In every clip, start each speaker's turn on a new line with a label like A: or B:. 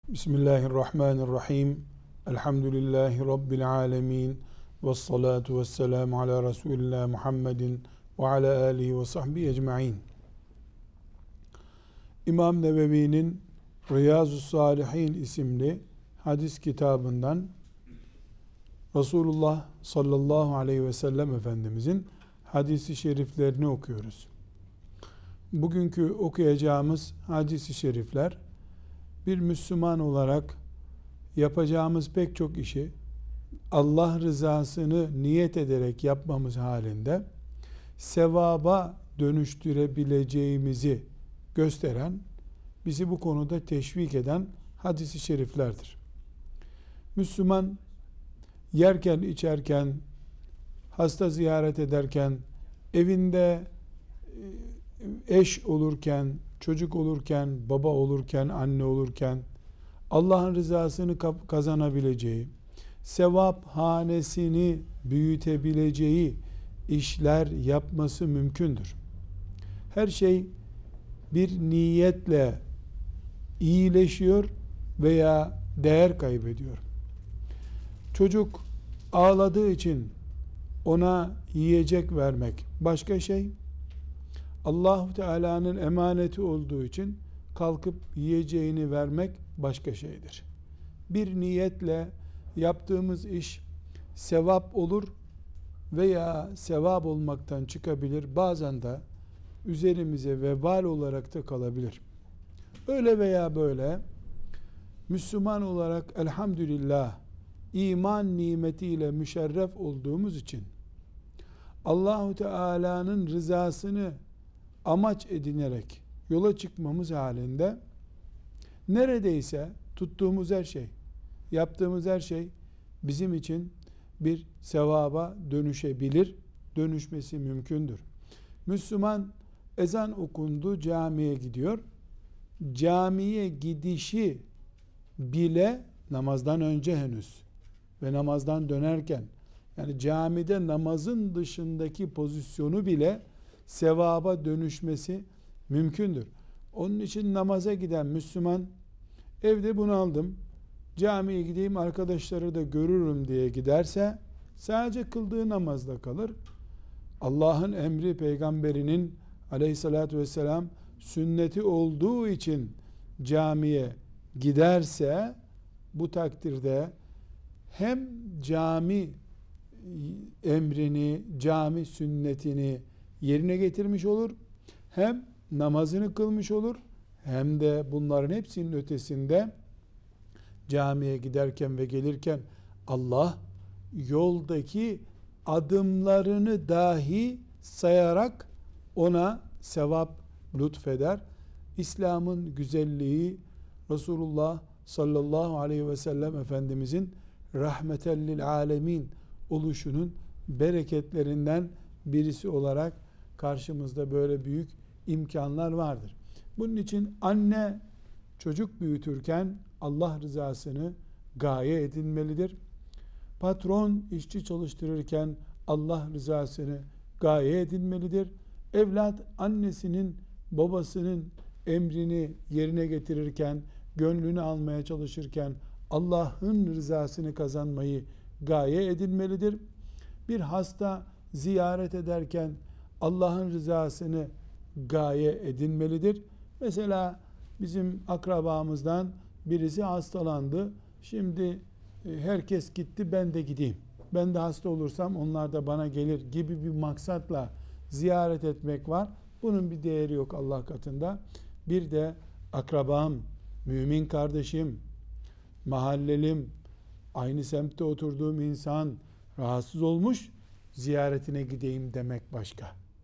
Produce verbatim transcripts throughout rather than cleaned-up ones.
A: Bismillahirrahmanirrahim. Elhamdülillahi Rabbil alemin. Vessalatu vesselamu ala Resulillah Muhammedin ve ala alihi ve sahbihi ecma'in. İmam Nevevi'nin Riyazu's-Salihin isimli hadis kitabından Resulullah sallallahu aleyhi ve sellem Efendimizin hadisi şeriflerini okuyoruz. Bugünkü okuyacağımız hadisi şerifler, bir Müslüman olarak yapacağımız pek çok işi Allah rızasını niyet ederek yapmamız halinde sevaba dönüştürebileceğimizi gösteren, bizi bu konuda teşvik eden hadis-i şeriflerdir. Müslüman yerken, içerken, hasta ziyaret ederken, evinde eş olurken, çocuk olurken, baba olurken, anne olurken Allah'ın rızasını kazanabileceği, sevap hanesini büyütebileceği işler yapması mümkündür. Her şey bir niyetle iyileşiyor veya değer kaybediyor. Çocuk ağladığı için ona yiyecek vermek başka şey. Allah-u Teala'nın emaneti olduğu için kalkıp yiyeceğini vermek başka şeydir. Bir niyetle yaptığımız iş sevap olur veya sevap olmaktan çıkabilir. Bazen de üzerimize vebal olarak da kalabilir. Öyle veya böyle Müslüman olarak elhamdülillah iman nimetiyle müşerref olduğumuz için Allah-u Teala'nın rızasını amaç edinerek yola çıkmamız halinde neredeyse tuttuğumuz her şey, yaptığımız her şey bizim için bir sevaba dönüşebilir, dönüşmesi mümkündür. Müslüman ezan okundu, camiye gidiyor. Camiye gidişi bile namazdan önce henüz ve namazdan dönerken, yani camide namazın dışındaki pozisyonu bile sevaba dönüşmesi mümkündür. Onun için namaza giden Müslüman, evde bunaldım, camiye gideyim arkadaşları da görürüm diye giderse sadece kıldığı namazda kalır. Allah'ın emri, peygamberinin aleyhissalatü vesselam sünneti olduğu için camiye giderse bu takdirde hem cami emrini, cami sünnetini yerine getirmiş olur, hem namazını kılmış olur, hem de bunların hepsinin ötesinde camiye giderken ve gelirken Allah yoldaki adımlarını dahi sayarak ona sevap lütfeder. İslam'ın güzelliği, Resulullah sallallahu aleyhi ve sellem Efendimizin rahmeten lil alemin oluşunun bereketlerinden birisi olarak karşımızda böyle büyük imkanlar vardır. Bunun için anne çocuk büyütürken Allah rızasını gaye edinmelidir. Patron işçi çalıştırırken Allah rızasını gaye edinmelidir. Evlat annesinin, babasının emrini yerine getirirken, gönlünü almaya çalışırken Allah'ın rızasını kazanmayı gaye edinmelidir. Bir hasta ziyaret ederken Allah'ın rızasını gaye edinmelidir. Mesela bizim akrabamızdan birisi hastalandı. Şimdi herkes gitti, ben de gideyim. Ben de hasta olursam onlar da bana gelir gibi bir maksatla ziyaret etmek var. Bunun bir değeri yok Allah katında. Bir de akrabam, mümin kardeşim, mahallelim, aynı semtte oturduğum insan rahatsız olmuş, ziyaretine gideyim demek başka.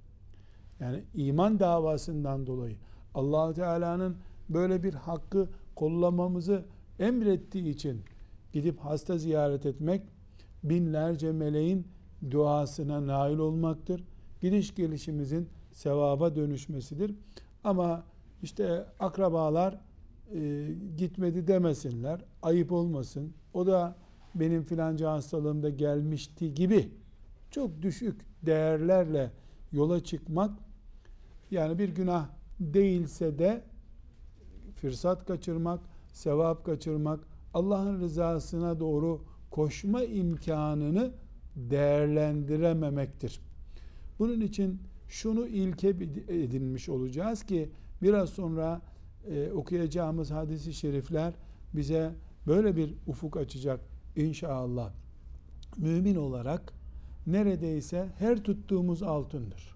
A: Yani iman davasından dolayı Allah-u Teala'nın böyle bir hakkı kollamamızı emrettiği için gidip hasta ziyaret etmek binlerce meleğin duasına nail olmaktır. Gidiş gelişimizin sevaba dönüşmesidir. Ama işte akrabalar e, gitmedi demesinler, ayıp olmasın, o da benim filanca hastalığımda gelmişti gibi çok düşük değerlerle yola çıkmak, yani bir günah değilse de fırsat kaçırmak, sevap kaçırmak, Allah'ın rızasına doğru koşma imkanını değerlendirememektir. Bunun için şunu ilke edinmiş olacağız ki biraz sonra e, okuyacağımız hadis-i şerifler bize böyle bir ufuk açacak inşallah. Mümin olarak neredeyse her tuttuğumuz altındır.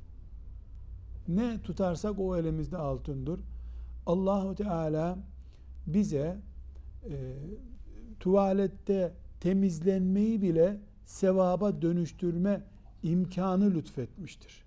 A: Ne tutarsak o elimizde altındır. Allahu Teala bize e, tuvalette temizlenmeyi bile sevaba dönüştürme imkanı lütfetmiştir.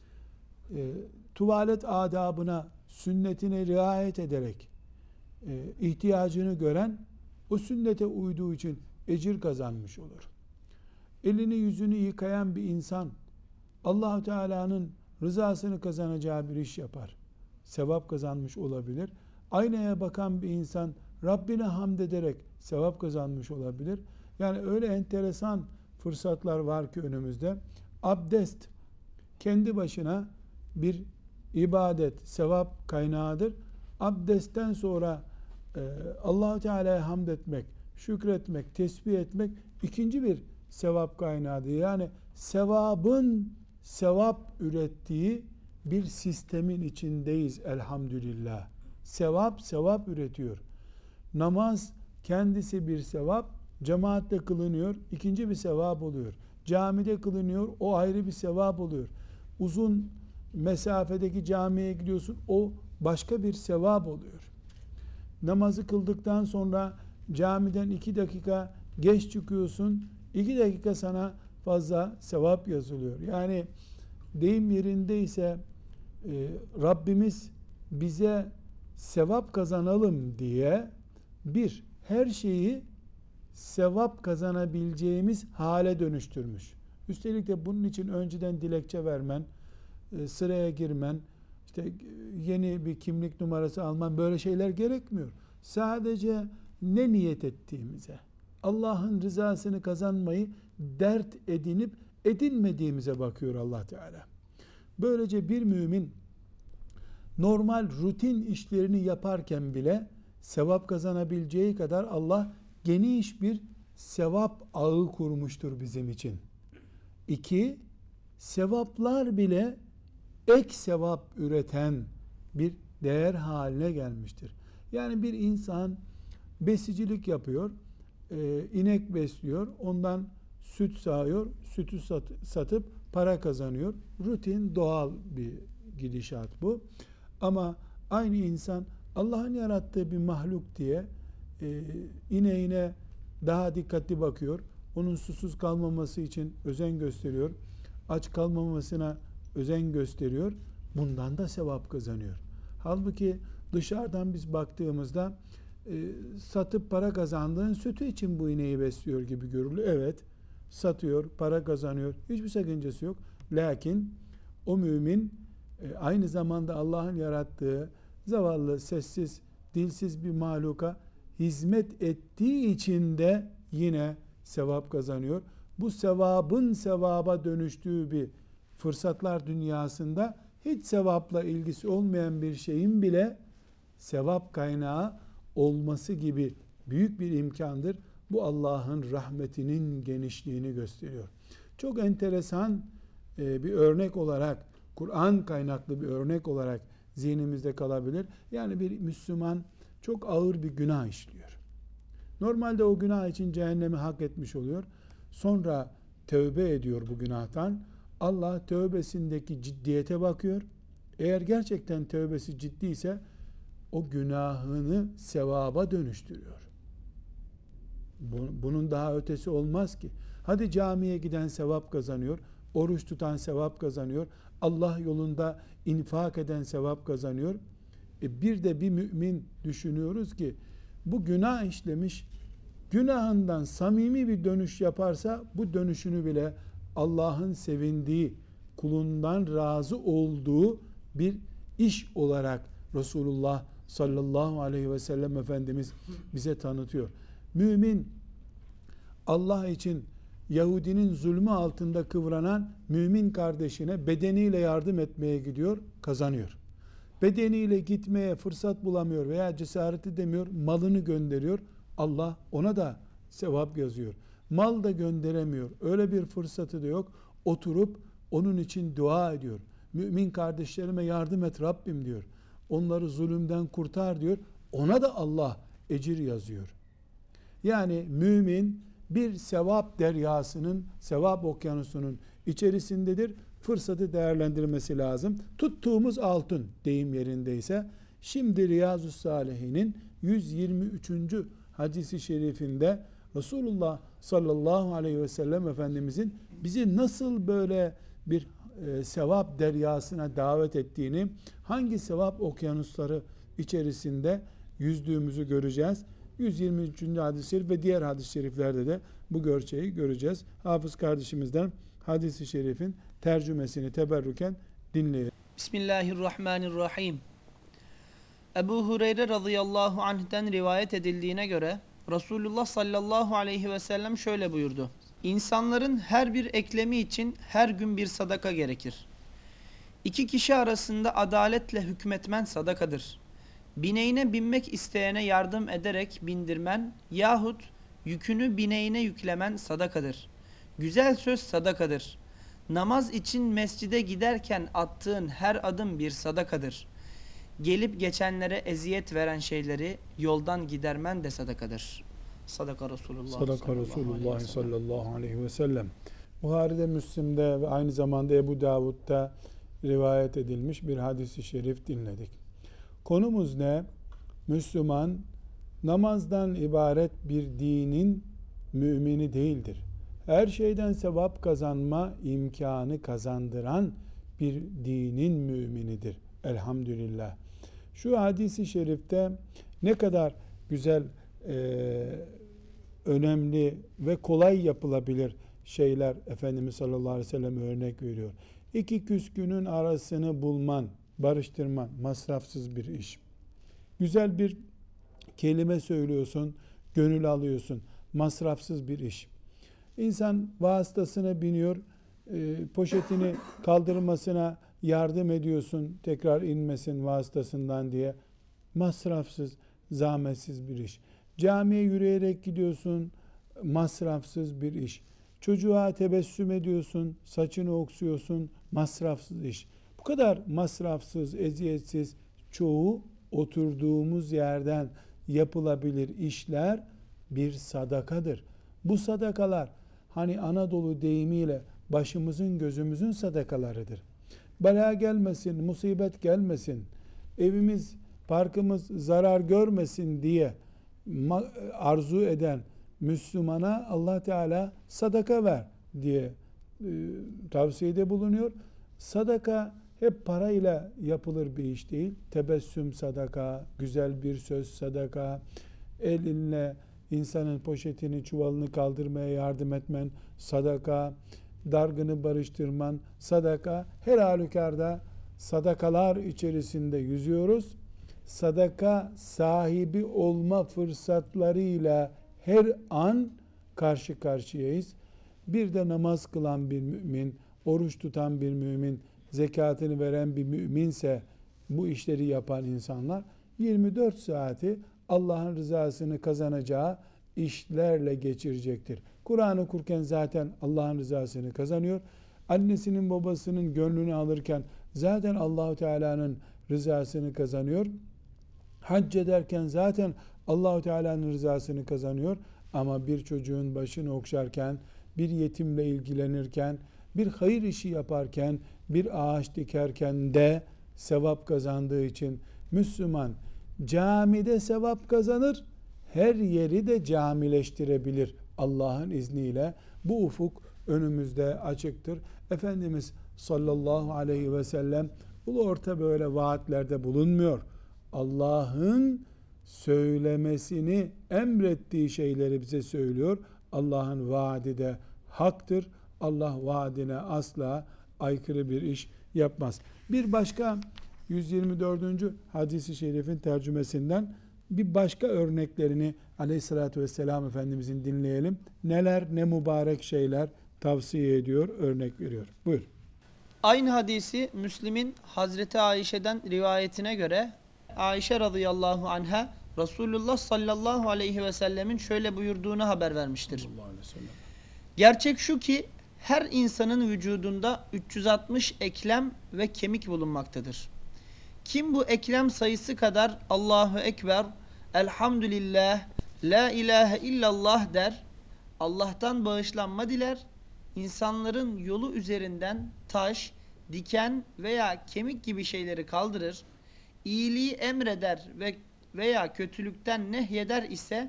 A: E, tuvalet adabına, sünnetine riayet ederek e, ihtiyacını gören o sünnete uyduğu için ecir kazanmış olur. Elini yüzünü yıkayan bir insan Allah-u Teala'nın rızasını kazanacağı bir iş yapar. Sevap kazanmış olabilir. Aynaya bakan bir insan Rabbine hamd ederek sevap kazanmış olabilir. Yani öyle enteresan fırsatlar var ki önümüzde. Abdest kendi başına bir ibadet, sevap kaynağıdır. Abdestten sonra e, Allah-u Teala'ya hamd etmek, şükretmek, tesbih etmek ikinci bir sevap kaynağıdır. Yani sevabın sevap ürettiği bir sistemin içindeyiz elhamdülillah. Sevap sevap üretiyor. Namaz kendisi bir sevap, cemaatle kılınıyor, ikinci bir sevap oluyor. Camide kılınıyor, o ayrı bir sevap oluyor. Uzun mesafedeki camiye gidiyorsun, o başka bir sevap oluyor. Namazı kıldıktan sonra camiden iki dakika geç çıkıyorsun, iki dakika sana fazla sevap yazılıyor. Yani deyim yerindeyse e, Rabbimiz bize sevap kazanalım diye bir, her şeyi sevap kazanabileceğimiz hale dönüştürmüş. Üstelik de bunun için önceden dilekçe vermen, e, sıraya girmen, işte yeni bir kimlik numarası alman, böyle şeyler gerekmiyor. Sadece ne niyet ettiğimize, Allah'ın rızasını kazanmayı dert edinip edinmediğimize bakıyor Allah Teala. Böylece bir mümin normal rutin işlerini yaparken bile sevap kazanabileceği kadar Allah geniş bir sevap ağı kurmuştur bizim için. İki, sevaplar bile ek sevap üreten bir değer haline gelmiştir. Yani bir insan besicilik yapıyor, e, inek besliyor, ondan süt sağıyor, sütü sat, satıp para kazanıyor. Rutin, doğal bir gidişat bu. Ama aynı insan Allah'ın yarattığı bir mahluk diye e, ineğine daha dikkatli bakıyor. Onun susuz kalmaması için özen gösteriyor. Aç kalmamasına özen gösteriyor. Bundan da sevap kazanıyor. Halbuki dışarıdan biz baktığımızda e, satıp para kazandığın sütü için bu ineği besliyor gibi görülüyor. Evet, satıyor, para kazanıyor. Hiçbir sakıncası yok. Lakin o mümin e, aynı zamanda Allah'ın yarattığı zavallı, sessiz, dilsiz bir mahluka hizmet ettiği için de yine sevap kazanıyor. Bu sevabın sevaba dönüştüğü bir fırsatlar dünyasında hiç sevapla ilgisi olmayan bir şeyin bile sevap kaynağı olması gibi büyük bir imkandır. Bu Allah'ın rahmetinin genişliğini gösteriyor. Çok enteresan bir örnek olarak, Kur'an kaynaklı bir örnek olarak zihnimizde kalabilir. Yani bir Müslüman çok ağır bir günah işliyor. Normalde o günah için cehennemi hak etmiş oluyor. Sonra tövbe ediyor bu günahtan. Allah tövbesindeki ciddiyete bakıyor. Eğer gerçekten tövbesi ciddiyse o günahını sevaba dönüştürüyor. Bunun daha ötesi olmaz ki. Hadi camiye giden sevap kazanıyor, oruç tutan sevap kazanıyor, Allah yolunda infak eden sevap kazanıyor. E bir de bir mümin düşünüyoruz ki bu günah işlemiş, günahından samimi bir dönüş yaparsa bu dönüşünü bile Allah'ın sevindiği, kulundan razı olduğu bir iş olarak Resulullah sallallahu aleyhi ve sellem Efendimiz bize tanıtıyor. Mümin Allah için Yahudinin zulmü altında kıvranan mümin kardeşine bedeniyle yardım etmeye gidiyor, kazanıyor. bedeniyle gitmeye fırsat bulamıyor veya cesaret edemiyor, malını gönderiyor. Allah ona da sevap yazıyor. Mal da gönderemiyor. Öyle bir fırsatı da yok. Oturup onun için dua ediyor. Mümin kardeşlerime yardım et Rabbim diyor. Onları zulümden kurtar diyor. Ona da Allah ecir yazıyor. Yani mümin bir sevap deryasının, sevap okyanusunun içerisindedir. Fırsatı değerlendirmesi lazım. Tuttuğumuz altın deyim yerindeyse, şimdi Riyazu Salihin'in yüz yirmi üçüncü hadisi şerifinde Resulullah sallallahu aleyhi ve sellem Efendimizin bizi nasıl böyle bir e, sevap deryasına davet ettiğini, hangi sevap okyanusları içerisinde yüzdüğümüzü göreceğiz. yüz yirmi üçüncü hadis-i şerif ve diğer hadis-i şeriflerde de bu gerçeği göreceğiz. Hafız kardeşimizden hadis-i şerifin tercümesini teberrüken dinleyelim.
B: Bismillahirrahmanirrahim. Ebu Hureyre radıyallahu anh'ten rivayet edildiğine göre Resulullah sallallahu aleyhi ve sellem şöyle buyurdu. İnsanların her bir eklemi için her gün bir sadaka gerekir. İki kişi arasında adaletle hükmetmen sadakadır. Bineğine binmek isteyene yardım ederek bindirmen yahut yükünü bineğine yüklemen sadakadır. Güzel söz sadakadır. Namaz için mescide giderken attığın her adım bir sadakadır. Gelip geçenlere eziyet veren şeyleri yoldan gidermen de sadakadır. Sadaka Resulullah
A: Sadaka Resulullah sallallahu aleyhi ve sellem. Buhari'de, Müslim'de ve aynı zamanda Ebu Davud'da rivayet edilmiş bir hadis-i şerif dinledik. Konumuz ne? Müslüman namazdan ibaret bir dinin mümini değildir. Her şeyden sevap kazanma imkanı kazandıran bir dinin müminidir. Elhamdülillah. Şu hadis-i şerifte ne kadar güzel, e, önemli ve kolay yapılabilir şeyler Efendimiz sallallahu aleyhi ve sellem örnek veriyor. İki küskünün arasını bulman, barıştırman masrafsız bir iş. Güzel bir kelime söylüyorsun, gönül alıyorsun, masrafsız bir iş. İnsan vasıtasına biniyor, e, poşetini kaldırmasına yardım ediyorsun, tekrar inmesin vasıtasından diye. Masrafsız, zahmetsiz bir iş. Camiye yürüyerek gidiyorsun, masrafsız bir iş. Çocuğa tebessüm ediyorsun, saçını oksuyorsun, masrafsız iş. Bu kadar masrafsız, eziyetsiz, çoğu oturduğumuz yerden yapılabilir işler bir sadakadır. Bu sadakalar hani Anadolu deyimiyle başımızın gözümüzün sadakalarıdır. Bela gelmesin, musibet gelmesin, evimiz, parkımız zarar görmesin diye arzu eden Müslümana Allah Teala sadaka ver diye e, tavsiyede bulunuyor. Sadaka hep parayla yapılır bir iş değil. Tebessüm sadaka, güzel bir söz sadaka, elinle insanın poşetini, çuvalını kaldırmaya yardım etmen sadaka, dargını barıştırman sadaka. Her halükarda sadakalar içerisinde yüzüyoruz. Sadaka sahibi olma fırsatlarıyla her an karşı karşıyayız. Bir de namaz kılan bir mümin, oruç tutan bir mümin, zekatını veren bir müminse bu işleri yapan insanlar yirmi dört saati Allah'ın rızasını kazanacağı işlerle geçirecektir. Kur'an okurken zaten Allah'ın rızasını kazanıyor. Annesinin babasının gönlünü alırken zaten Allahu Teala'nın rızasını kazanıyor. Hac ederken zaten Allahu Teala'nın rızasını kazanıyor. Ama bir çocuğun başını okşarken, bir yetimle ilgilenirken, bir hayır işi yaparken, bir ağaç dikerken de sevap kazandığı için Müslüman camide sevap kazanır, her yeri de camileştirebilir Allah'ın izniyle. Bu ufuk önümüzde açıktır. Efendimiz sallallahu aleyhi ve sellem ulu orta böyle vaatlerde bulunmuyor. Allah'ın söylemesini emrettiği şeyleri bize söylüyor. Allah'ın vaadi de haktır. Allah vaadine asla aykırı bir iş yapmaz. Bir başka yüz yirmi dördüncü hadis-i şerifin tercümesinden bir başka örneklerini Aleyhisselatü Vesselam Efendimizin dinleyelim. Neler, ne mübarek şeyler tavsiye ediyor, örnek veriyor. Buyur.
B: Aynı hadisi Müslim'in Hazreti Ayşe'den rivayetine göre Ayşe radıyallahu anha Resulullah sallallahu aleyhi ve sellemin şöyle buyurduğunu haber vermiştir. Gerçek şu ki her insanın vücudunda üç yüz altmış eklem ve kemik bulunmaktadır. Kim bu eklem sayısı kadar Allahu Ekber, Elhamdülillah, La ilahe illallah der, Allah'tan bağışlanma diler, insanların yolu üzerinden taş, diken veya kemik gibi şeyleri kaldırır, iyiliği emreder ve veya kötülükten nehyeder ise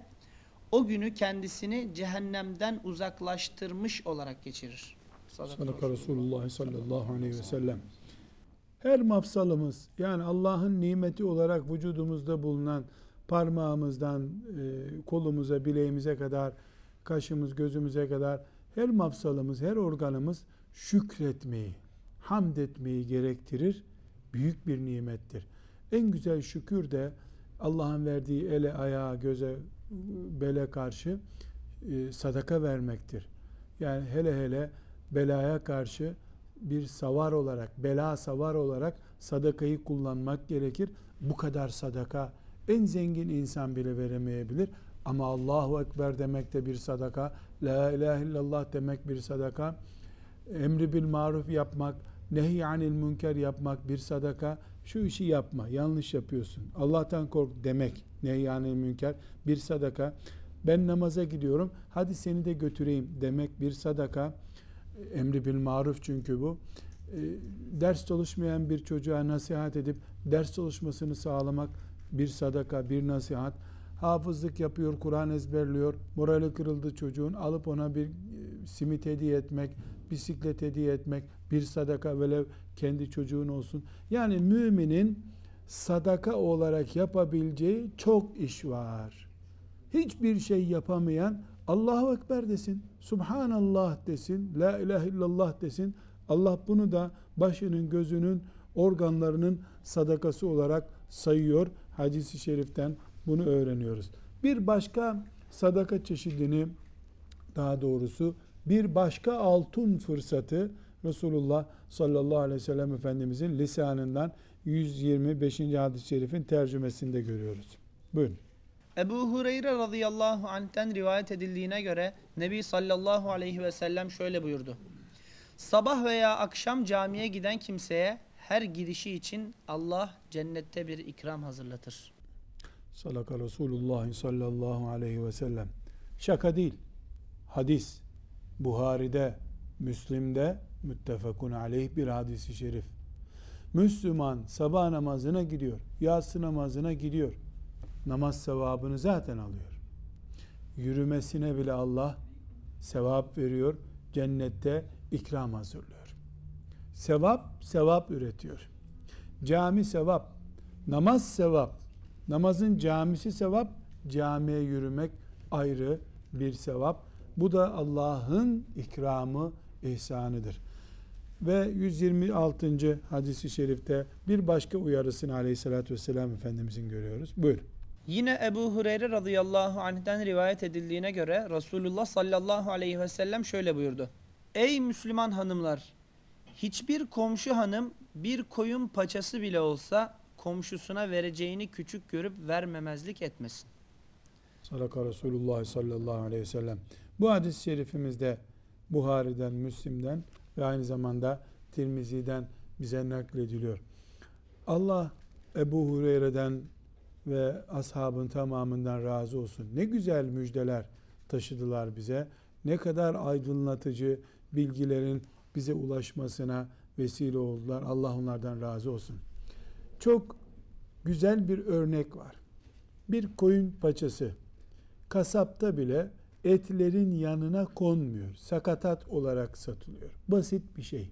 B: o günü kendisini cehennemden uzaklaştırmış olarak geçirir.
A: Sadaka Resulullah sallallahu aleyhi ve sellem. Her mafsalımız, yani Allah'ın nimeti olarak vücudumuzda bulunan parmağımızdan e, kolumuza, bileğimize kadar, kaşımız, gözümüze kadar her mafsalımız, her organımız şükretmeyi, hamd etmeyi gerektirir. Büyük bir nimettir. En güzel şükür de Allah'ın verdiği ele, ayağa, göze, bele karşı e, sadaka vermektir. Yani hele hele belaya karşı bir savar olarak, bela savar olarak sadakayı kullanmak gerekir. Bu kadar sadaka en zengin insan bile veremeyebilir. Ama Allahu Ekber demek de bir sadaka, La ilahe illallah demek bir sadaka, emri bil maruf yapmak, nehy anil münker yapmak bir sadaka. Şu işi yapma, yanlış yapıyorsun, Allah'tan kork demek, nehy anil münker bir sadaka. Ben namaza gidiyorum, hadi seni de götüreyim demek bir sadaka. Emri bil maruf çünkü bu. E, ders çalışmayan bir çocuğa nasihat edip ders çalışmasını sağlamak bir sadaka, bir nasihat. Hafızlık yapıyor, Kur'an ezberliyor, morali kırıldı çocuğun, alıp ona bir simit hediye etmek, bisiklet hediye etmek bir sadaka, velev kendi çocuğun olsun. Yani müminin sadaka olarak yapabileceği çok iş var. Hiçbir şey yapamayan Allahu Ekber desin, Subhanallah desin, La ilahe illallah desin. Allah bunu da başının, gözünün, organlarının sadakası olarak sayıyor. Hadis-i şeriften bunu öğreniyoruz. Bir başka sadaka çeşidini, daha doğrusu bir başka altın fırsatı Resulullah sallallahu aleyhi ve sellem Efendimizin lisanından yüz yirmi beşinci hadis-i şerifin tercümesinde görüyoruz. Buyurun.
B: Ebu Hureyre radıyallahu anh'ten rivayet edildiğine göre Nebi sallallahu aleyhi ve sellem şöyle buyurdu. Sabah veya akşam camiye giden kimseye her gidişi için Allah cennette bir ikram hazırlatır.
A: Sadaka Resulullah sallallahu aleyhi ve sellem. Şaka değil. Hadis. Buhari'de, Müslim'de müttefakun aleyh bir hadis-i şerif. Müslüman sabah namazına gidiyor, yatsı namazına gidiyor. Namaz sevabını zaten alıyor. Yürümesine bile Allah sevap veriyor. Cennette ikram hazırlıyor. Sevap, sevap üretiyor. Cami sevap, namaz sevap. Namazın camisi sevap, camiye yürümek ayrı bir sevap. Bu da Allah'ın ikramı, ihsanıdır. Ve yüz yirmi altıncı hadis-i şerifte bir başka uyarısını aleyhissalatü vesselam Efendimizin görüyoruz. Buyurun.
B: Yine Ebu Hureyre radıyallahu anh'ten rivayet edildiğine göre Resulullah sallallahu aleyhi ve sellem şöyle buyurdu. Ey Müslüman hanımlar! Hiçbir komşu hanım bir koyun paçası bile olsa komşusuna vereceğini küçük görüp vermemezlik etmesin.
A: Sadaka Resulullah sallallahu aleyhi ve sellem. Bu hadis-i şerifimizde Buhari'den, Müslim'den ve aynı zamanda Tirmizi'den bize naklediliyor. Allah Ebu Hureyre'den ve ashabın tamamından razı olsun. Ne güzel müjdeler taşıdılar bize. Ne kadar aydınlatıcı bilgilerin bize ulaşmasına vesile oldular. Allah onlardan razı olsun. Çok güzel bir örnek var. Bir koyun paçası kasapta bile etlerin yanına konmuyor. Sakatat olarak satılıyor. Basit bir şey.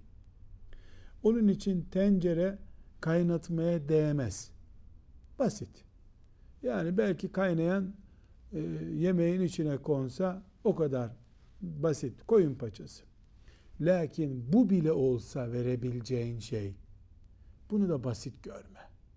A: Onun için tencere kaynatmaya değmez. Basit. Yani belki kaynayan e, yemeğin içine konsa o kadar basit. Koyun paçası. Lakin bu bile olsa verebileceğin şey, bunu da basit görme.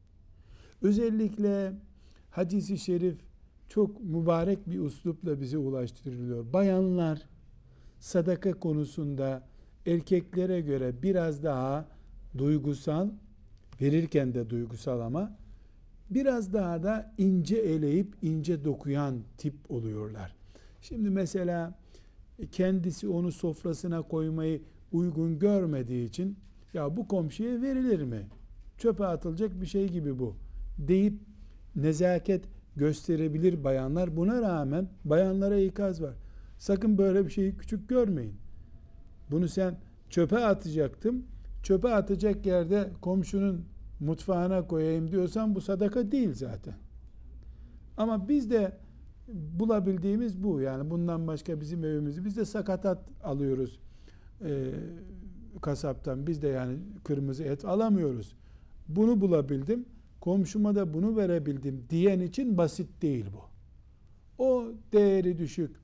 A: Özellikle hadis-i şerif çok mübarek bir üslupla bize ulaştırılıyor. Bayanlar sadaka konusunda erkeklere göre biraz daha duygusal, verirken de duygusal ama biraz daha da ince eleyip ince dokuyan tip oluyorlar. Şimdi mesela kendisi onu sofrasına koymayı uygun görmediği için ya bu komşuya verilir mi? Çöpe atılacak bir şey gibi bu deyip nezaket gösterebilir bayanlar. Buna rağmen bayanlara ikaz var. Sakın böyle bir şeyi küçük görmeyin. Bunu sen çöpe atacaktım. Çöpe atacak yerde komşunun mutfağına koyayım diyorsan bu sadaka değil zaten. Ama biz de bulabildiğimiz bu. Yani bundan başka bizim evimizi biz de sakatat alıyoruz ee, kasaptan. Biz de yani kırmızı et alamıyoruz. Bunu bulabildim. Komşuma da bunu verebildim diyen için basit değil bu. O değeri düşük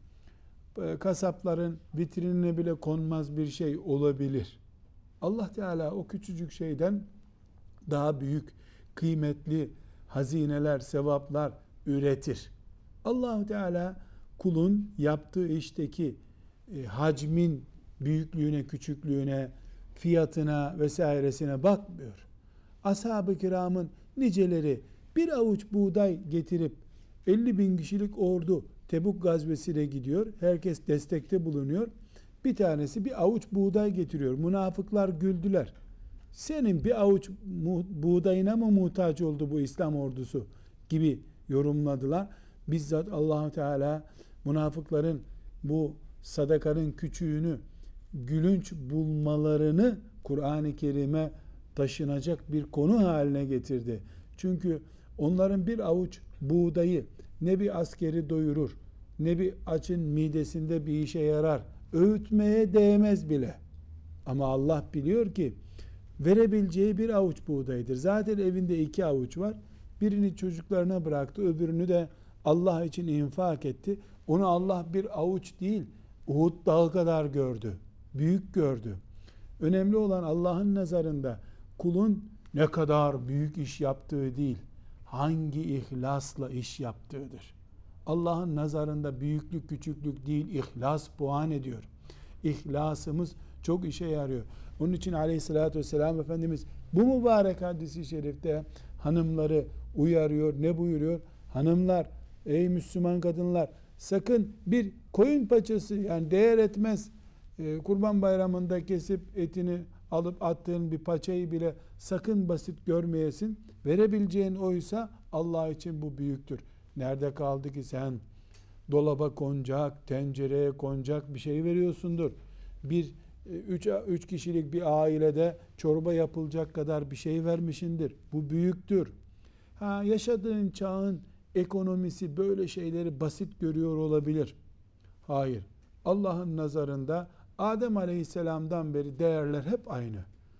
A: kasapların vitrinine bile konmaz bir şey olabilir. Allah Teala o küçücük şeyden daha büyük, kıymetli hazineler, sevaplar üretir. Allah Teala kulun yaptığı işteki e, hacmin büyüklüğüne, küçüklüğüne, fiyatına vesairesine bakmıyor. Ashab-ı kiramın niceleri bir avuç buğday getirip elli bin kişilik ordu Tebuk gazvesine gidiyor. Herkes destekte bulunuyor. Bir tanesi bir avuç buğday getiriyor. Münafıklar güldüler. Senin bir avuç buğdayına mı muhtaç oldu bu İslam ordusu gibi yorumladılar. Bizzat Allah Teala münafıkların bu sadakanın küçüğünü gülünç bulmalarını Kur'an-ı Kerim'e taşınacak bir konu haline getirdi. Çünkü onların bir avuç buğdayı ne bir askeri doyurur, ne bir açın midesinde bir işe yarar, öğütmeye değmez bile. Ama Allah biliyor ki verebileceği bir avuç buğdaydır. Zaten evinde iki avuç var. Birini çocuklarına bıraktı, öbürünü de Allah için infak etti. Onu Allah bir avuç değil, Uhud dağı kadar gördü. Büyük gördü. Önemli olan Allah'ın nazarında kulun ne kadar büyük iş yaptığı değil, hangi ihlasla iş yaptığıdır. Allah'ın nazarında büyüklük küçüklük değil, ihlas puan ediyor. İhlasımız çok işe yarıyor. Onun için aleyhissalatü vesselam Efendimiz bu mübarek hadisi şerifte hanımları uyarıyor. Ne buyuruyor? Hanımlar, ey Müslüman kadınlar, sakın bir koyun paçası, yani değer etmez, Kurban Bayramı'nda kesip etini alıp attığın bir paçayı bile sakın basit görmeyesin. Verebileceğin oysa Allah için bu büyüktür. Nerede kaldı ki sen dolaba konacak, tencereye konacak bir şey veriyorsundur. Bir üç, üç kişilik bir ailede çorba yapılacak kadar bir şey vermişindir. Bu büyüktür. Ha, yaşadığın çağın ekonomisi böyle şeyleri basit görüyor olabilir. Hayır. Allah'ın nazarında Adem Aleyhisselam'dan beri değerler hep aynı.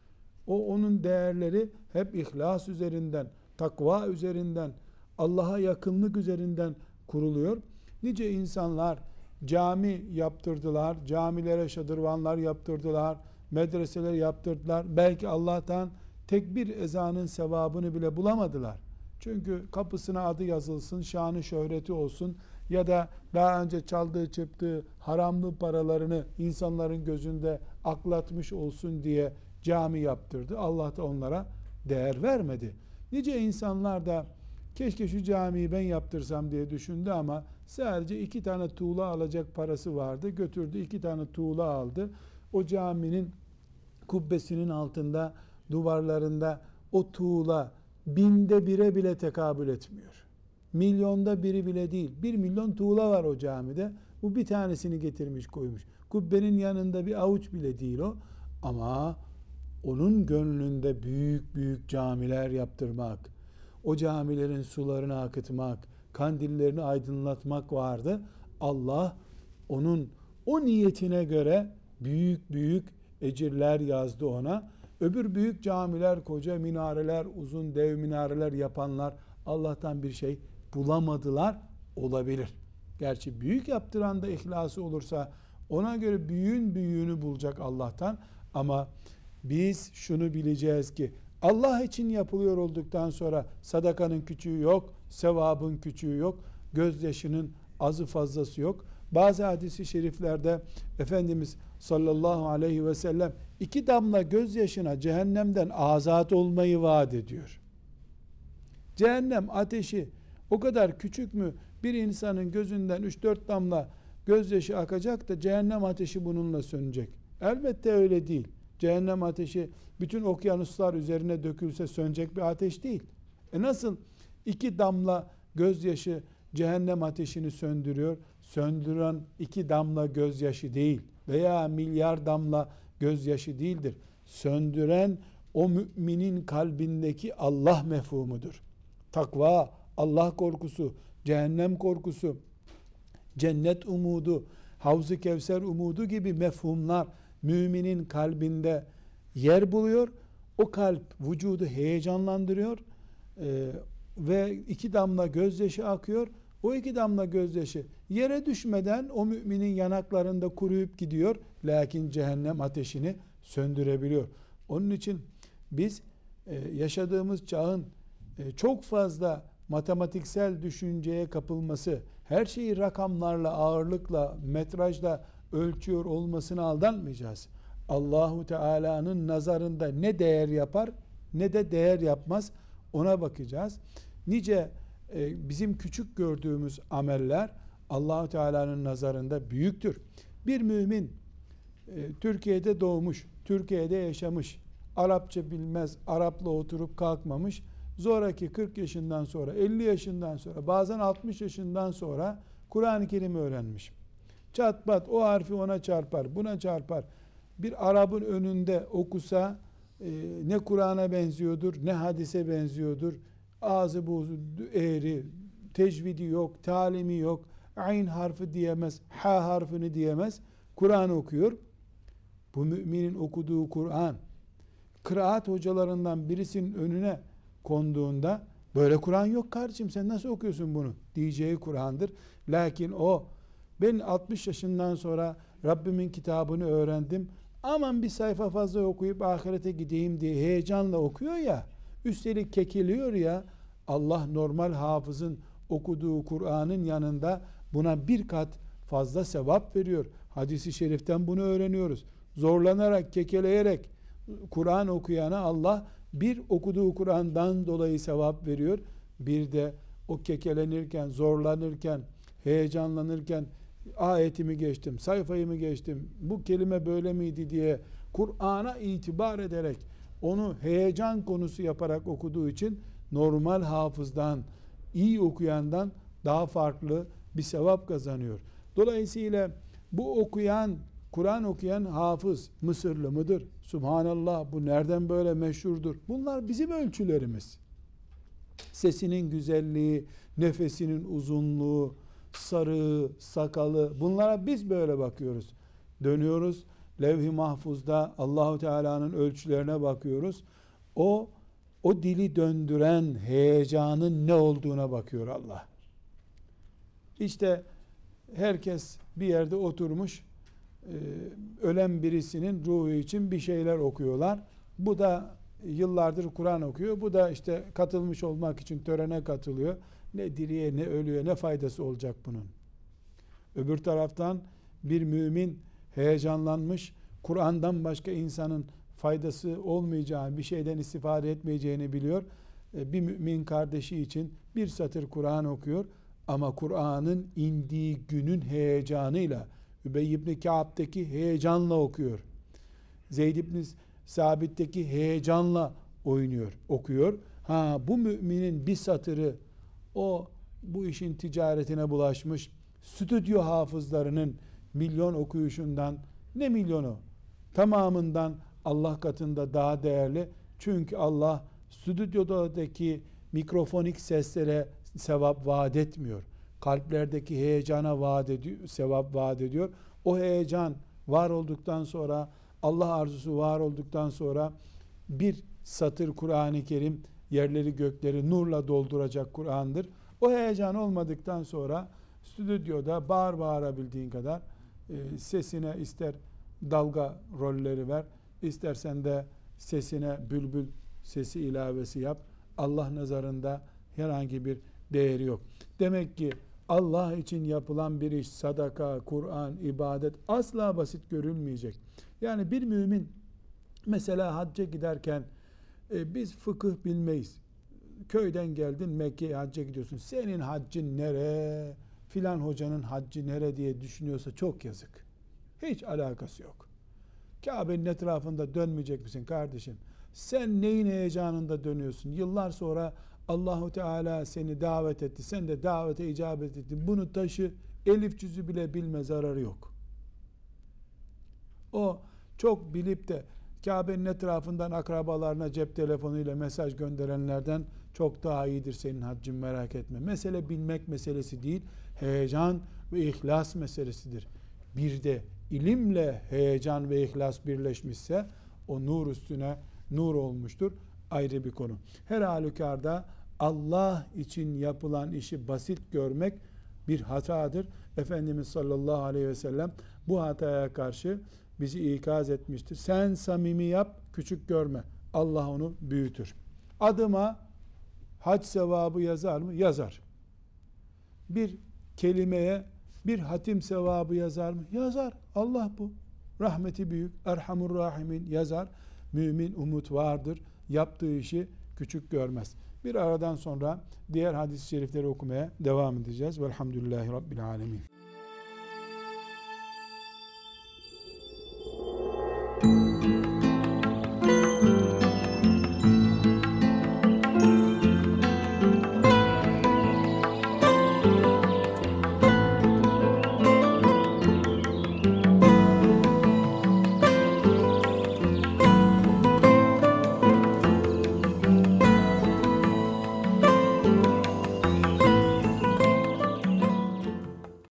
A: O onun değerleri hep ihlas üzerinden, takva üzerinden, Allah'a yakınlık üzerinden kuruluyor. Nice insanlar cami yaptırdılar, camilere şadırvanlar yaptırdılar, medreseler yaptırdılar. Belki Allah'tan tek bir ezanın sevabını bile bulamadılar. Çünkü kapısına adı yazılsın, şanı şöhreti olsun ya da daha önce çaldığı çırptığı haramlı paralarını insanların gözünde aklatmış olsun diye cami yaptırdı. Allah da onlara değer vermedi. Nice insanlar da keşke şu camiyi ben yaptırsam diye düşündü ama sadece iki tane tuğla alacak parası vardı. Götürdü iki tane tuğla aldı. O caminin kubbesinin altında, duvarlarında o tuğla binde bire bile tekabül etmiyor. Milyonda biri bile değil. Bir milyon tuğla var o camide. Bu bir tanesini getirmiş koymuş. Kubbenin yanında bir avuç bile değil o. Ama onun gönlünde büyük büyük camiler yaptırmak, o camilerin sularını akıtmak, kandillerini aydınlatmak vardı. Allah onun o niyetine göre büyük büyük ecirler yazdı ona. Öbür büyük camiler, koca minareler, uzun dev minareler yapanlar Allah'tan bir şey bulamadılar, olabilir. Gerçi büyük yaptıran da ihlası olursa ona göre büyüğün büyüğünü bulacak Allah'tan. Ama biz şunu bileceğiz ki Allah için yapılıyor olduktan sonra sadakanın küçüğü yok, sevabın küçüğü yok, gözyaşının azı fazlası yok. Bazı hadis-i şeriflerde Efendimiz sallallahu aleyhi ve sellem iki damla gözyaşına cehennemden azat olmayı vaat ediyor. Cehennem ateşi o kadar küçük mü? Bir insanın gözünden üç dört damla gözyaşı akacak da cehennem ateşi bununla sönecek. Elbette öyle değil. Cehennem ateşi bütün okyanuslar üzerine dökülse sönecek bir ateş değil. E nasıl iki damla gözyaşı cehennem ateşini söndürüyor? Söndüren iki damla gözyaşı değil veya milyar damla gözyaşı değildir. Söndüren o müminin kalbindeki Allah mefhumudur. Takva, Allah korkusu, cehennem korkusu, cennet umudu, Havz-ı Kevser umudu gibi mefhumlar müminin kalbinde yer buluyor. O kalp vücudu heyecanlandırıyor ee, ve iki damla gözyaşı akıyor. O iki damla gözyaşı yere düşmeden o müminin yanaklarında kuruyup gidiyor. Lakin cehennem ateşini söndürebiliyor. Onun için biz e, yaşadığımız çağın e, çok fazla matematiksel düşünceye kapılması, her şeyi rakamlarla, ağırlıkla, metrajla ölçüyor olmasına aldanmayacağız. Allahu Teala'nın nazarında ne değer yapar ne de değer yapmaz, ona bakacağız. Nice e, bizim küçük gördüğümüz ameller Allahu Teala'nın nazarında büyüktür. Bir mümin e, Türkiye'de doğmuş, Türkiye'de yaşamış, Arapça bilmez, Arap'la oturup kalkmamış, zoraki kırk yaşından sonra, elli yaşından sonra, bazen altmış yaşından sonra Kur'an-ı Kerim öğrenmiş. Çat pat o harfi ona çarpar, buna çarpar. Bir Arap'ın önünde okusa e, ne Kur'an'a benziyordur, ne hadise benziyordur. Ağzı bozu, eğri, tecvidi yok, talimi yok, ayn harfi diyemez, ha harfini diyemez. Kur'an okuyor. Bu müminin okuduğu Kur'an, kıraat hocalarından birisinin önüne konduğunda, böyle Kur'an yok kardeşim sen nasıl okuyorsun bunu diyeceği Kur'an'dır. Lakin o, ben altmış yaşından sonra Rabbimin kitabını öğrendim, aman bir sayfa fazla okuyup ahirete gideyim diye heyecanla okuyor ya, üstelik kekeliyor ya, Allah normal hafızın okuduğu Kur'an'ın yanında buna bir kat fazla sevap veriyor. Hadis-i şeriften bunu öğreniyoruz. Zorlanarak, kekeleyerek Kur'an okuyana Allah bir okuduğu Kur'an'dan dolayı sevap veriyor. Bir de o kekelenirken, zorlanırken, heyecanlanırken ayetimi geçtim, sayfayı mı geçtim, bu kelime böyle miydi diye Kur'an'a itibar ederek, onu heyecan konusu yaparak okuduğu için normal hafızdan, iyi okuyandan daha farklı bir sevap kazanıyor. Dolayısıyla bu okuyan, Kur'an okuyan hafız Mısırlı mıdır? Subhanallah, bu nereden böyle meşhurdur? Bunlar bizim ölçülerimiz. Sesinin güzelliği, nefesinin uzunluğu, sarığı, sakalı, bunlara biz böyle bakıyoruz. Dönüyoruz, levh-i mahfuzda Allahu Teala'nın ölçülerine bakıyoruz. O, o dili döndüren heyecanın ne olduğuna bakıyor Allah. İşte herkes bir yerde oturmuş, ölen birisinin ruhu için bir şeyler okuyorlar. Bu da yıllardır Kur'an okuyor. Bu da işte katılmış olmak için törene katılıyor. Ne diriye ne ölüye ne faydası olacak bunun? Öbür taraftan bir mümin heyecanlanmış, Kur'an'dan başka insanın faydası olmayacağını, bir şeyden istifade etmeyeceğini biliyor. Bir mümin kardeşi için bir satır Kur'an okuyor ama Kur'an'ın indiği günün heyecanıyla, Übey ibn Ka'b'teki heyecanla okuyor. Zeyd ibn Sabit'teki heyecanla oynuyor, okuyor. Ha, bu müminin bir satırı, o bu işin ticaretine bulaşmış stüdyo hafızlarının milyon okuyuşundan, ne milyonu, tamamından Allah katında daha değerli. Çünkü Allah stüdyodaki mikrofonik seslere sevap vaat etmiyor. Kalplerdeki heyecana vaat ediyor, sevap vaat ediyor. O heyecan var olduktan sonra, Allah arzusu var olduktan sonra bir satır Kur'an-ı Kerim yerleri gökleri nurla dolduracak Kur'an'dır. O heyecan olmadıktan sonra stüdyoda bağır bağırabildiğin kadar e, sesine ister dalga rolleri ver, istersen de sesine bülbül sesi ilavesi yap. Allah nazarında herhangi bir değeri yok. Demek ki Allah için yapılan bir iş, sadaka, Kur'an, ibadet asla basit görülmeyecek. Yani bir mümin mesela hacca giderken e, biz fıkıh bilmeyiz. Köyden geldin Mekke'ye hacca gidiyorsun. Senin haccın nere? Filan hocanın haccı nere diye düşünüyorsa çok yazık. Hiç alakası yok. Kabe'nin etrafında dönmeyecek misin kardeşim? Sen neyin heyecanında dönüyorsun? Yıllar sonra Allahu Teala seni davet etti. Sen de davete icabet ettin. Bunu taşı, elif cüzü bile bilme, zararı yok. O çok bilip de Kabe'nin etrafından akrabalarına cep telefonuyla mesaj gönderenlerden çok daha iyidir senin haccın, merak etme. Mesele bilmek meselesi değil, heyecan ve ihlas meselesidir. Bir de ilimle heyecan ve ihlas birleşmişse o nur üstüne nur olmuştur. Ayrı bir konu. Her halükarda Allah için yapılan işi basit görmek bir hatadır. Efendimiz sallallahu aleyhi ve sellem bu hataya karşı bizi ikaz etmiştir. Sen samimi yap, küçük görme. Allah onu büyütür. Adıma hac sevabı yazar mı? Yazar. Bir kelimeye bir hatim sevabı yazar mı? Yazar. Allah bu. Rahmeti büyük. Erhamur Rahimin yazar. Mümin umut vardır. Yaptığı işi küçük görmez. Bir aradan sonra diğer hadis-i şerifleri okumaya devam edeceğiz. Velhamdülillahi Rabbil Alemin.